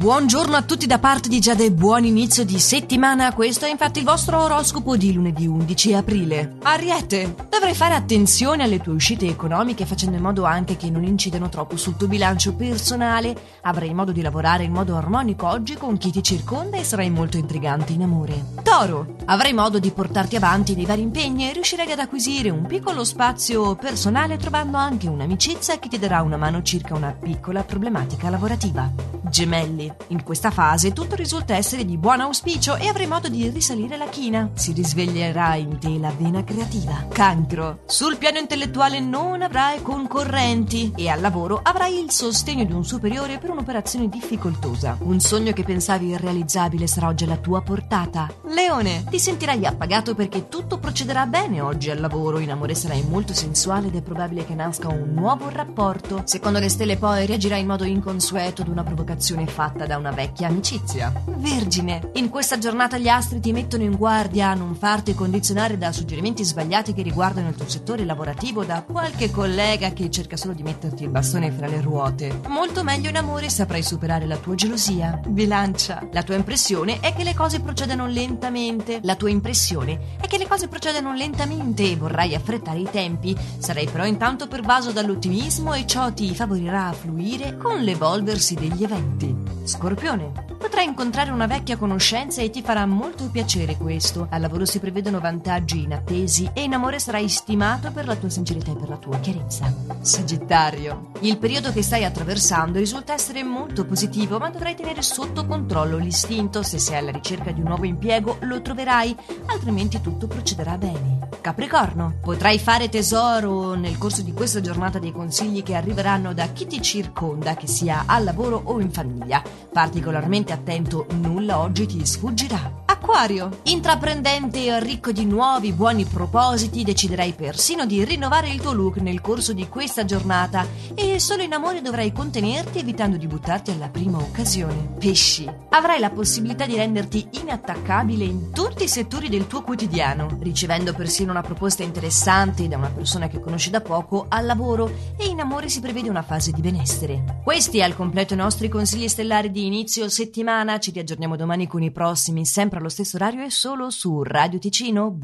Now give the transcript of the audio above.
Buongiorno a tutti da parte di Giada e buon inizio di settimana. Questo è infatti il vostro oroscopo di lunedì 11 aprile. Ariete, dovrai fare attenzione alle tue uscite economiche facendo in modo anche che non incidano troppo sul tuo bilancio personale. Avrai modo di lavorare in modo armonico oggi con chi ti circonda e sarai molto intrigante in amore. Toro, avrai modo di portarti avanti nei vari impegni e riuscirai ad acquisire un piccolo spazio personale trovando anche un'amicizia che ti darà una mano circa una piccola problematica lavorativa. Gemelli, in questa fase tutto risulta essere di buon auspicio e avrai modo di risalire la china. Si risveglierà in te la vena creativa. Cancro, sul piano intellettuale non avrai concorrenti e al lavoro avrai il sostegno di un superiore per un'operazione difficoltosa. Un sogno che pensavi irrealizzabile sarà oggi alla tua portata. Leone, ti sentirai appagato perché tutto procederà bene oggi al lavoro. In amore sarai molto sensuale ed è probabile che nasca un nuovo rapporto. Secondo le stelle poi reagirai in modo inconsueto ad una provocazione fatta da una vecchia amicizia. Vergine, in questa giornata gli astri ti mettono in guardia a non farti condizionare da suggerimenti sbagliati che riguardano il tuo settore lavorativo da qualche collega che cerca solo di metterti il bastone fra le ruote. Molto meglio in amore saprai superare la tua gelosia. Bilancia, la tua impressione è che le cose procedano lentamente. E vorrai affrettare i tempi. Sarai però intanto pervaso dall'ottimismo e ciò ti favorirà a fluire con l'evolversi degli eventi. Scorpione, potrai incontrare una vecchia conoscenza e ti farà molto piacere questo. Al lavoro si prevedono vantaggi inattesi e in amore sarai stimato per la tua sincerità e per la tua chiarezza. Sagittario, il periodo che stai attraversando risulta essere molto positivo, ma dovrai tenere sotto controllo l'istinto. Se sei alla ricerca di un nuovo impiego lo troverai, altrimenti tutto procederà bene. Capricorno, potrai fare tesoro nel corso di questa giornata dei consigli che arriveranno da chi ti circonda, che sia al lavoro o in famiglia. Particolarmente attento, nulla oggi ti sfuggirà. Acquario, intraprendente e ricco di nuovi buoni propositi, deciderai persino di rinnovare il tuo look nel corso di questa giornata e solo in amore dovrai contenerti evitando di buttarti alla prima occasione. Pesci, avrai la possibilità di renderti inattaccabile in tutti i settori del tuo quotidiano, ricevendo persino una proposta interessante da una persona che conosci da poco al lavoro e in amore si prevede una fase di benessere. Questi al completo i nostri consigli stellari di inizio settimana. Ci riaggiorniamo domani con i prossimi, sempre allo stesso orario e solo su Radio Ticino.